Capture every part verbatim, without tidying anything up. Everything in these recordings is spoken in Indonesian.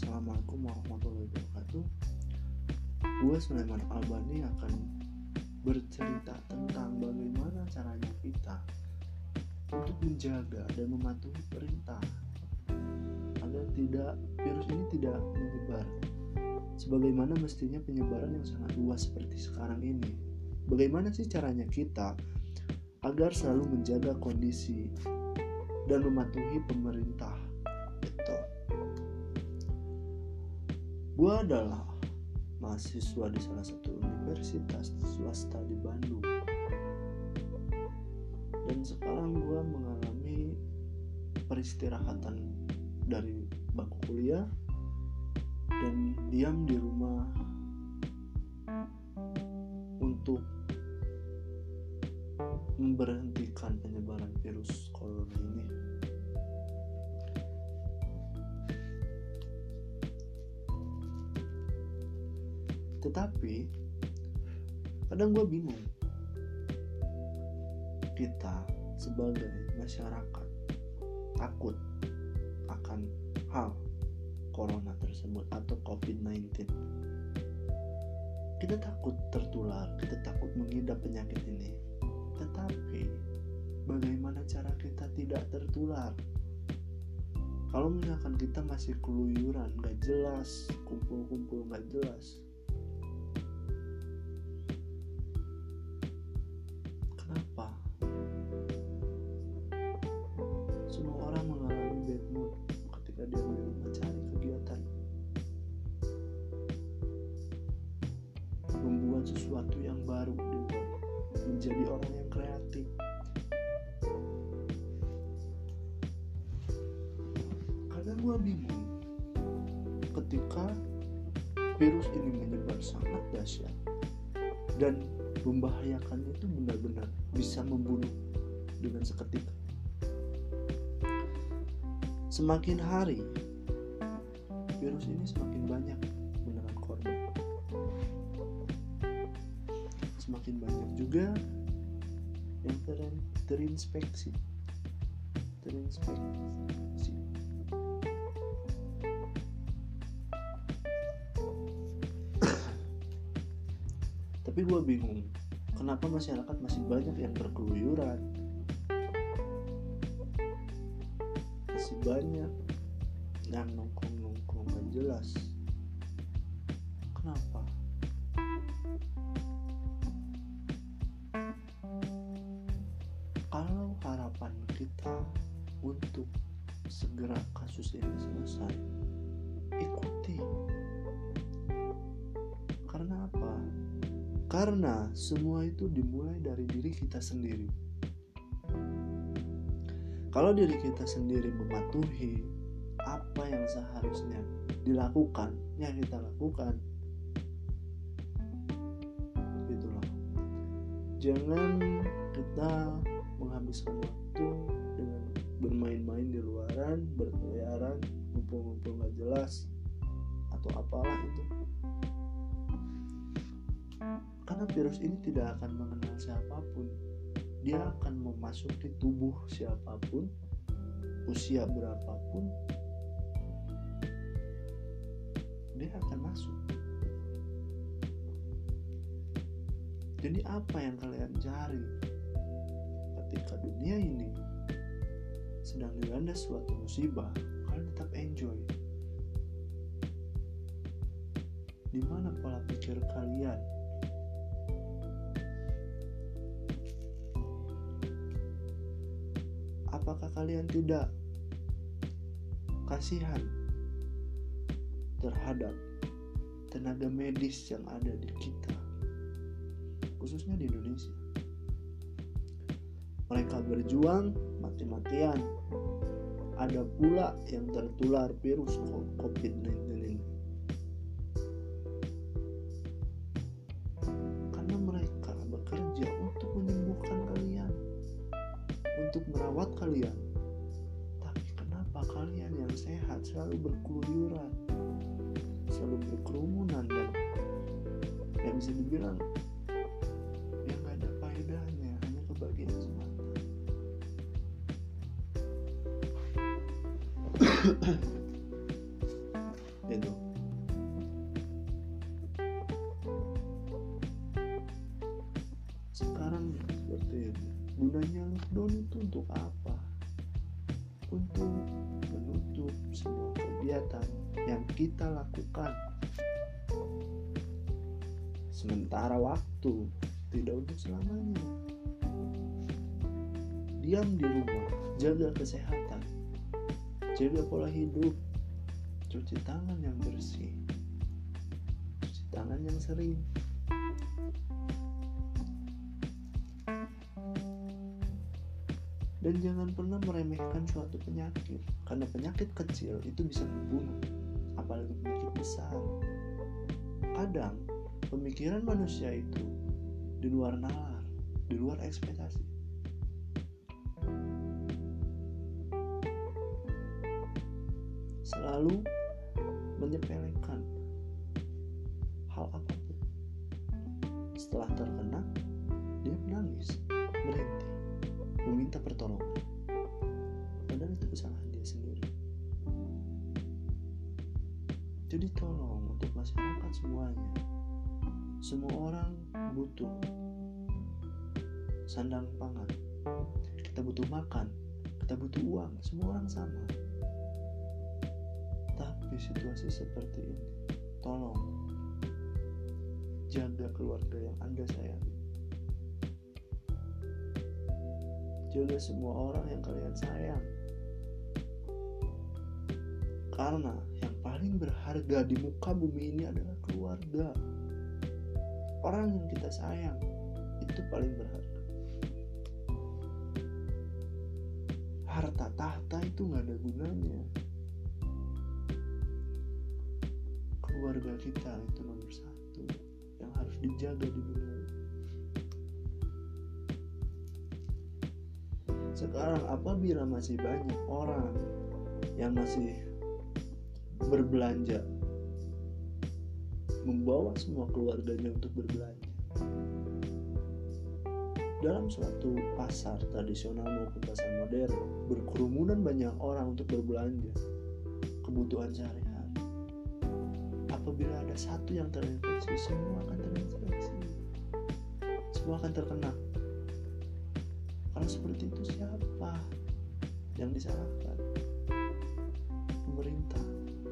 Assalamualaikum warahmatullahi wabarakatuh. Gue Sulaiman Albani akan bercerita tentang bagaimana caranya kita untuk menjaga dan mematuhi perintah agar tidak virus ini tidak menyebar sebagaimana mestinya penyebaran yang sangat luas seperti sekarang ini. Bagaimana sih caranya kita agar selalu menjaga kondisi dan mematuhi pemerintah? Betul. Gue adalah mahasiswa di salah satu universitas swasta di Bandung, dan sekarang gue mengalami peristirahatan dari bangku kuliah dan diam di rumah untuk memberhentikan penyebaran virus corona ini. Tetapi kadang gue bingung, kita sebagai masyarakat takut akan hal corona tersebut atau covid sembilan belas. Kita takut tertular, kita takut mengidap penyakit ini. Tetapi bagaimana cara kita tidak tertular? Kalau misalkan kita masih keluyuran, gak jelas, kumpul-kumpul gak jelas, kenapa semua orang mengalami bad mood ketika dia di rumah cari kegiatan, membuat sesuatu yang baru di luar, menjadi orang yang kreatif? Kadang gue bingung ketika virus ini menyebar sangat dahsyat dan membahayakan, itu benar-benar bisa membunuh dengan seketika. Semakin hari virus ini semakin banyak menelan korban, semakin banyak juga yang ter- terinfeksi terinfeksi Tapi gue bingung, kenapa masyarakat masih banyak yang berkeluyuran, masih banyak yang nongkrong-nongkrong gak jelas. Kenapa? Kalau harapan kita untuk segera kasus ini selesai, ikuti. Karena apa? Karena semua itu dimulai dari diri kita sendiri. Kalau diri kita sendiri mematuhi apa yang seharusnya dilakukan, ya kita lakukan. Gitu loh. Jangan kita menghabiskan waktu dengan bermain-main di luaran, berkeliaran, ngumpul-ngumpul gak jelas, atau apalah itu. Karena virus ini tidak akan mengenal siapapun. Dia akan memasuki tubuh siapapun, usia berapapun, dia akan masuk. Jadi apa yang kalian cari ketika dunia ini sedang dilanda suatu musibah? Kalian tetap enjoy. Di mana pola pikir kalian? Apakah kalian tidak kasihan terhadap tenaga medis yang ada di kita, khususnya di Indonesia? Mereka berjuang mati-matian. Ada pula yang tertular virus covid sembilan belas ini karena mereka bekerja untuk menyembuhkan kalian, untuk merawat kalian. Tapi kenapa kalian yang sehat selalu berkeluyuran, selalu berkerumunan, dan yang bisa dibilang yang gak ada faedahnya, hanya kebahagiaan semata. Itu sekarang seperti itu. Gunanya lockdown itu untuk apa? Untuk menutup semua kegiatan yang kita lakukan sementara waktu, tidak untuk selamanya. Diam di rumah, jaga kesehatan, jaga pola hidup, cuci tangan yang bersih, cuci tangan yang sering. Dan jangan pernah meremehkan suatu penyakit, karena penyakit kecil itu bisa membunuh, apalagi penyakit besar. Kadang pemikiran manusia itu di luar nalar, di luar ekspektasi. Selalu menyepelekan hal apapun. Setelah terkena, dia menangis, merintih, meminta pertolongan. Padahal itu kesalahan dia sendiri. Jadi tolong untuk masyarakat semuanya, semua orang butuh sandang pangan, kita butuh makan, kita butuh uang, semua orang sama. Tapi situasi seperti ini, tolong jaga keluarga yang Anda sayangi, jaga semua orang yang kalian sayang, karena yang paling berharga di muka bumi ini adalah keluarga. Orang yang kita sayang itu paling berharga. Harta tahta itu gak ada gunanya. Keluarga kita itu nomor satu yang harus dijaga di dunia ini. Sekarang apabila masih banyak orang yang masih berbelanja, membawa semua keluarganya untuk berbelanja dalam suatu pasar tradisional maupun pasar modern, berkerumunan banyak orang untuk berbelanja kebutuhan sehari-hari. Apabila ada satu yang terinfeksi, semua akan terinfeksi, semua akan terkena. Kalau seperti itu, siapa yang disalahkan? Pemerintah.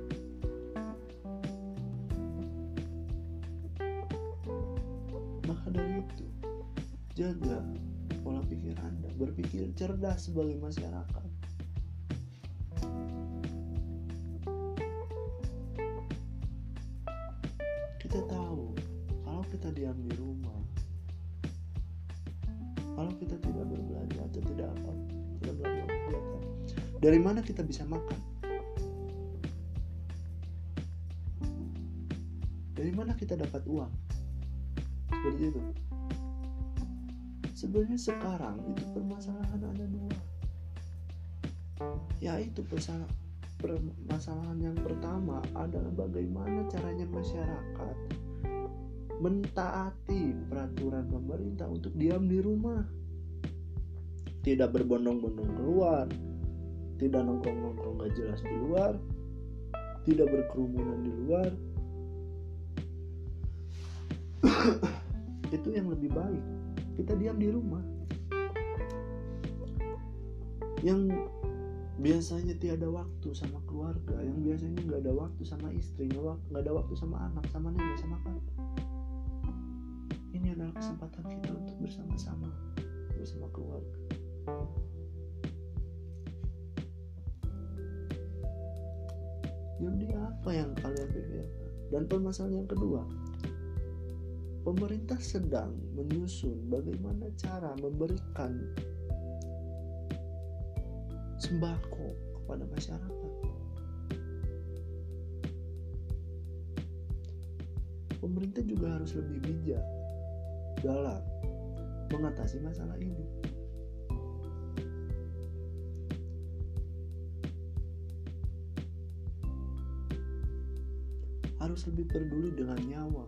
Maka dari itu, jaga pola pikir Anda, berpikir cerdas sebagai masyarakat. Kita tahu kalau kita diam di rumah, kalau kita tidak berbelanja atau tidak apa, tidak melakukan kegiatan, dari mana kita bisa makan? Dari mana kita dapat uang? Seperti itu. Sebenarnya sekarang itu permasalahan ada dua, yaitu permasalahan yang pertama adalah bagaimana caranya masyarakat mentaati peraturan pemerintah untuk diam di rumah, tidak berbondong-bondong keluar, tidak nongkrong-nongkrong gak jelas di luar, tidak berkerumunan di luar. Itu yang lebih baik. Kita diam di rumah. Yang biasanya tiada waktu sama keluarga, yang biasanya nggak ada waktu sama istri, nggak ada waktu sama anak, sama nenek, sama kakak. Ini adalah kesempatan kita untuk bersama-sama, bersama keluarga. Jadi apa yang kalian pikirkan? Dan permasalahan yang kedua, pemerintah sedang menyusun bagaimana cara memberikan sembako kepada masyarakat. Pemerintah juga harus lebih bijak dalam mengatasi masalah ini. Harus lebih peduli dengan nyawa.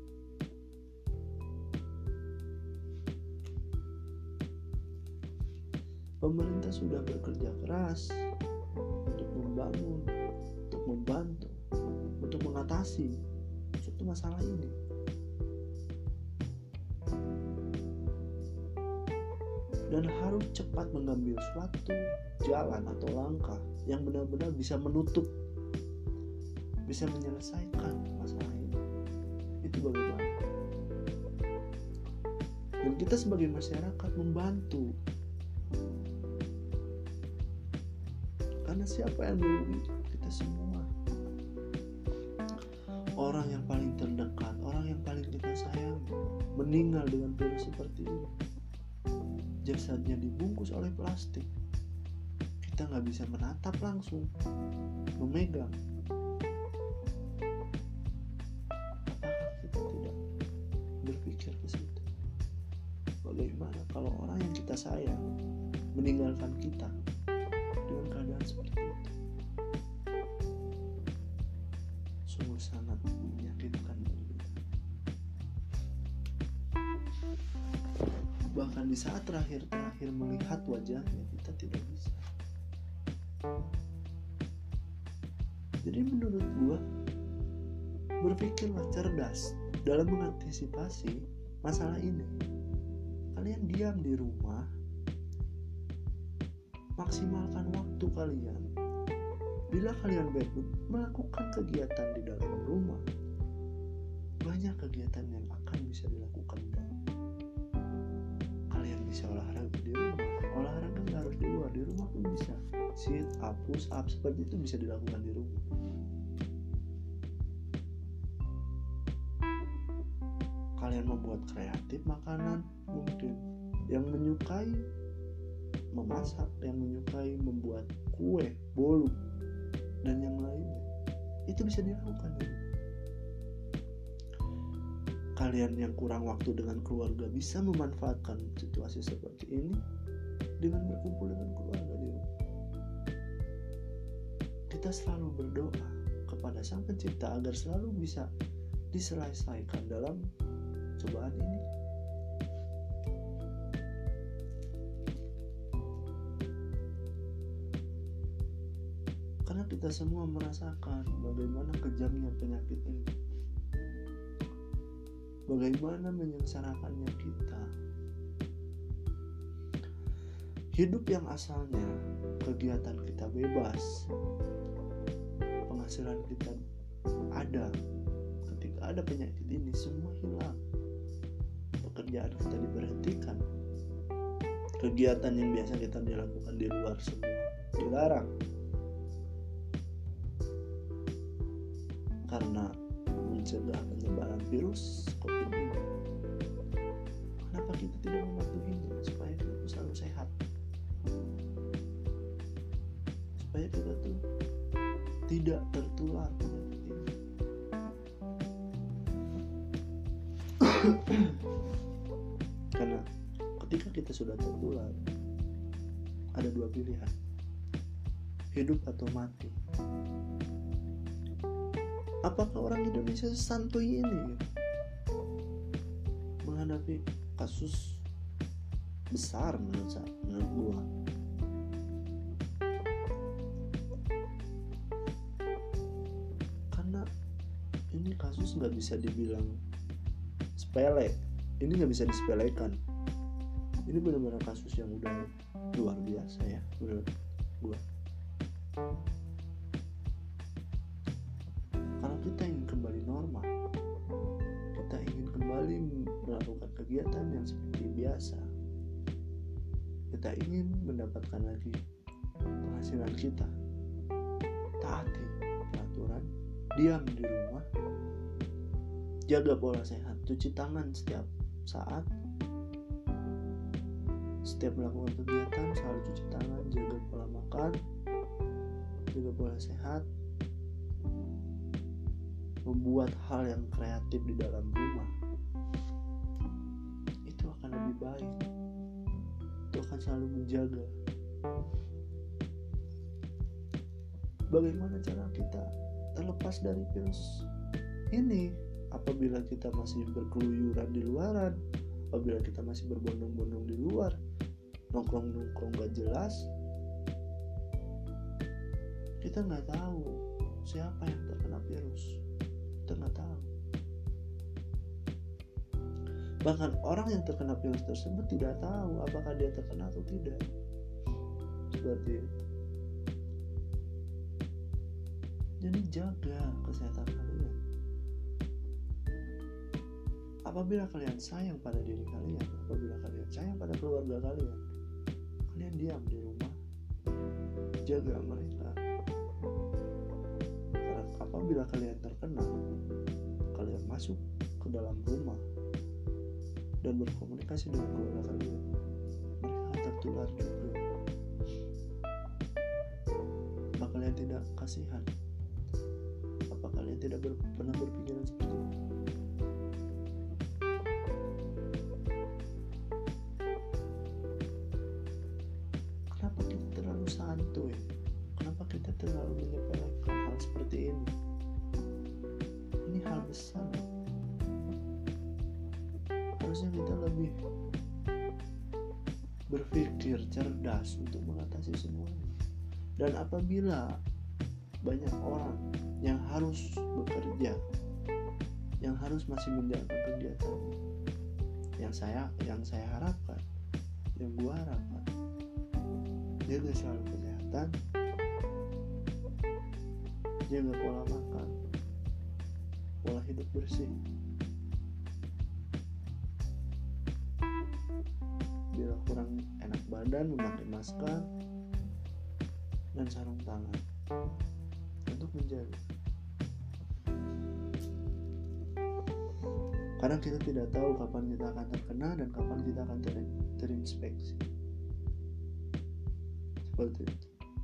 Pemerintah sudah bekerja keras untuk membangun, untuk membantu, mengatasi suatu masalah ini. Dan harus cepat mengambil suatu jalan atau langkah yang benar-benar bisa menutup, bisa menyelesaikan masalah ini. Itu bagaimana? Dan kita sebagai masyarakat membantu. Karena siapa yang merugi? Kita semua. Orang yang paling terdekat, orang yang paling kita sayangi, meninggal dengan virus seperti ini. Jasadnya dibungkus oleh plastik. Kita nggak bisa menatap langsung, memegang. Apakah kita tidak berpikir ke situ? Bagaimana kalau orang yang kita sayang meninggalkan kita dengan keadaan seperti itu? Sungguh sangat menyakitkan bagi kita. Bahkan di saat terakhir-terakhir melihat wajahnya, kita tidak bisa. Jadi menurut gua, berpikirlah cerdas dalam mengantisipasi masalah ini. Kalian diam di rumah, maksimalkan waktu kalian. Bila kalian bebas, melakukan kegiatan di dalam rumah. Banyak kegiatan yang akan bisa dilakukan. Kalian bisa olahraga di rumah. Olahraga nggak harus di luar, di rumah pun bisa. Sit up, push up, seperti itu bisa dilakukan di rumah. Kalian membuat kreatif makanan mungkin. Yang menyukai memasak, yang menyukai membuat kue, bolu, dan yang lainnya, itu bisa dilakukan ya. Kalian yang kurang waktu dengan keluarga bisa memanfaatkan situasi seperti ini dengan berkumpul dengan keluarga di rumah. Kita selalu berdoa kepada Sang Pencipta agar selalu bisa diselesaikan dalam cobaan ini. Karena kita semua merasakan bagaimana kejamnya penyakit ini, bagaimana menyengsarakannya kita. Hidup yang asalnya kegiatan kita bebas, penghasilan kita ada, ketika ada penyakit ini semua hilang. Pekerjaan kita diberhentikan, kegiatan yang biasa kita dilakukan di luar semua dilarang karena mencegah penyebaran virus COVID ini. Kenapa kita tidak mematuhinya supaya kita tuh selalu sehat, supaya kita tuh tidak tertular penyakit ini. Karena ketika kita sudah tertular, ada dua pilihan, hidup atau mati. Apakah orang Indonesia sesantuy ini menghadapi kasus besar menurut saya, menurut gua? Karena ini kasus nggak bisa dibilang sepele, ini nggak bisa disepelekan. Ini benar-benar kasus yang udah luar biasa ya menurut gua. Kalau kita ingin kembali normal, kita ingin kembali melakukan kegiatan yang seperti biasa, kita ingin mendapatkan lagi penghasilan kita, taati peraturan, diam di rumah, jaga pola sehat, cuci tangan setiap saat, setiap melakukan kegiatan selalu cuci tangan, jaga pola makan, jaga pola sehat, membuat hal yang kreatif di dalam rumah. Itu akan lebih baik, itu akan selalu menjaga. Bagaimana cara kita terlepas dari virus ini? Apabila kita masih berkeluyuran di luaran, apabila kita masih berbondong-bondong di luar, nongkrong-nongkrong gak jelas, kita gak tahu siapa yang terkena virus. Bahkan orang yang terkena virus tersebut tidak tahu apakah dia terkena atau tidak. Seperti itu. Jadi jaga kesehatan kalian. Apabila kalian sayang pada diri kalian, apabila kalian sayang pada keluarga kalian, kalian diam di rumah, jaga mereka. Karena apabila kalian terkena, kalian masuk ke dalam rumah dan berkomunikasi dengan keluarga kalian, mereka akan tertular juga. Apa kalian tidak kasihan? Apa kalian tidak ber, pernah berpikiran seperti itu? Kenapa kita terlalu santuy? Kenapa kita terlalu menyepelekan hal seperti ini? Ini hal besar. Harusnya kita lebih berpikir cerdas untuk mengatasi semuanya. Dan apabila banyak orang yang harus bekerja, yang harus masih menjalankan kegiatannya, yang saya yang saya harapkan, yang gua harapkan, jaga selalu kesehatan, jaga pola makan, pola hidup bersih. Bila kurang enak badan, memakai masker dan sarung tangan untuk menjaga. Karena kita tidak tahu kapan kita akan terkena dan kapan kita akan ter- terinspeksi. Seperti itu.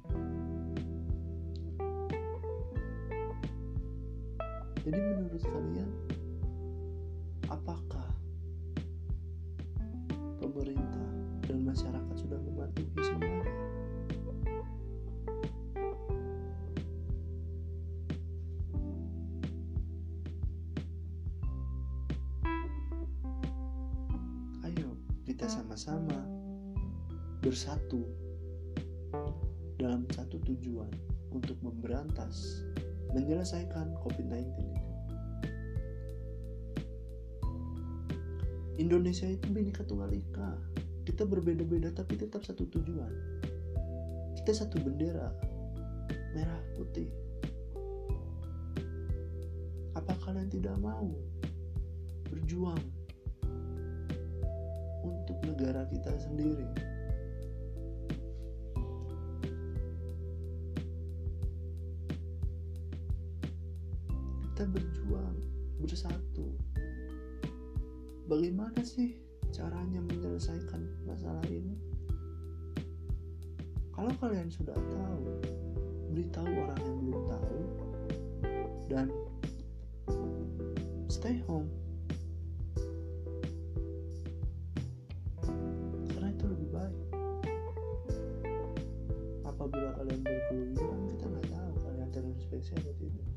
Jadi menurut kalian, apakah pemerintah dan masyarakat sudah mematuhi semuanya? Ayo kita sama-sama bersatu dalam satu tujuan untuk memberantas, menyelesaikan covid sembilan belas ini. Indonesia itu Bhinneka Tunggal Ika. Kita berbeda-beda tapi tetap satu tujuan. Kita satu bendera, merah putih. Apa kalian tidak mau berjuang untuk negara kita sendiri? Kita berjuang bersatu. Bagaimana sih caranya menyelesaikan masalah ini? Kalau kalian sudah tahu, beritahu orang yang belum tahu, dan stay home. Karena itu lebih baik. Apabila kalian berkeluyuran, kita nggak tahu kalian terinfeksi atau tidak.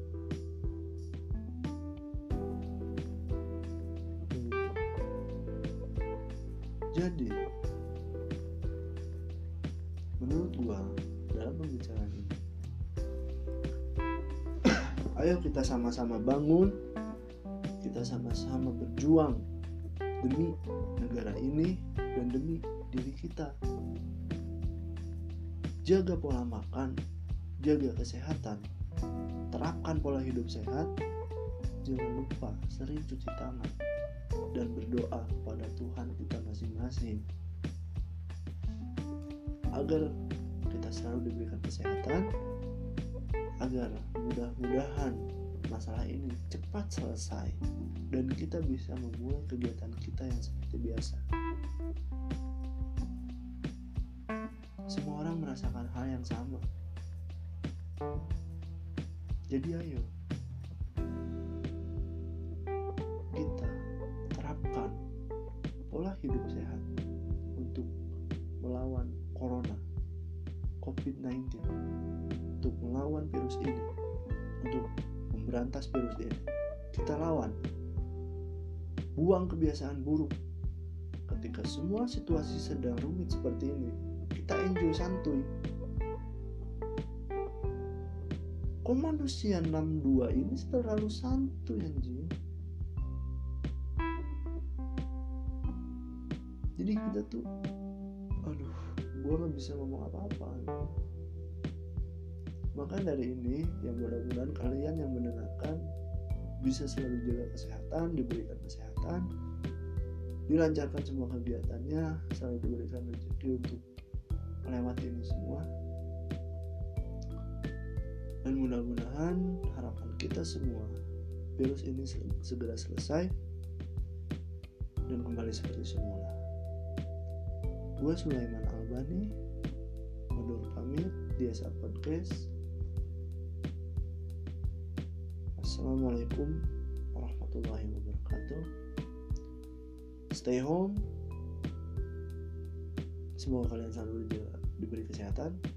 Jadi, menurut gua dalam pembicaraan ini, ayo kita sama-sama bangun, kita sama-sama berjuang demi negara ini dan demi diri kita. Jaga pola makan, jaga kesehatan, terapkan pola hidup sehat, jangan lupa sering cuci tangan dan berdoa kepada Tuhan kita masing-masing agar kita selalu diberikan kesehatan, agar mudah-mudahan masalah ini cepat selesai dan kita bisa memulai kegiatan kita yang seperti biasa. Semua orang merasakan hal yang sama. Jadi ayo kita terapkan pola hidup sehat untuk melawan corona, covid sembilan belas, untuk melawan virus ini, untuk memberantas virus ini. Kita lawan, buang kebiasaan buruk. Ketika semua situasi sedang rumit seperti ini, kita enjoy santuy. Kok manusia enam puluh dua ini terlalu santuy anjing? Jadi kita tuh, aduh, gue nggak bisa ngomong apa-apa. Maka dari ini, yang mudah-mudahan kalian yang mendengarkan bisa selalu jaga kesehatan, diberikan kesehatan, dilancarkan semua kegiatannya, selalu diberikan rezeki untuk melewati ini semua. Dan mudah-mudahan harapan kita semua, virus ini segera selesai dan kembali seperti semula. Gue Sulaiman Albani, undur pamit di S A Podcast. Assalamualaikum warahmatullahi wabarakatuh. Stay home. Semoga kalian selalu diberi kesehatan.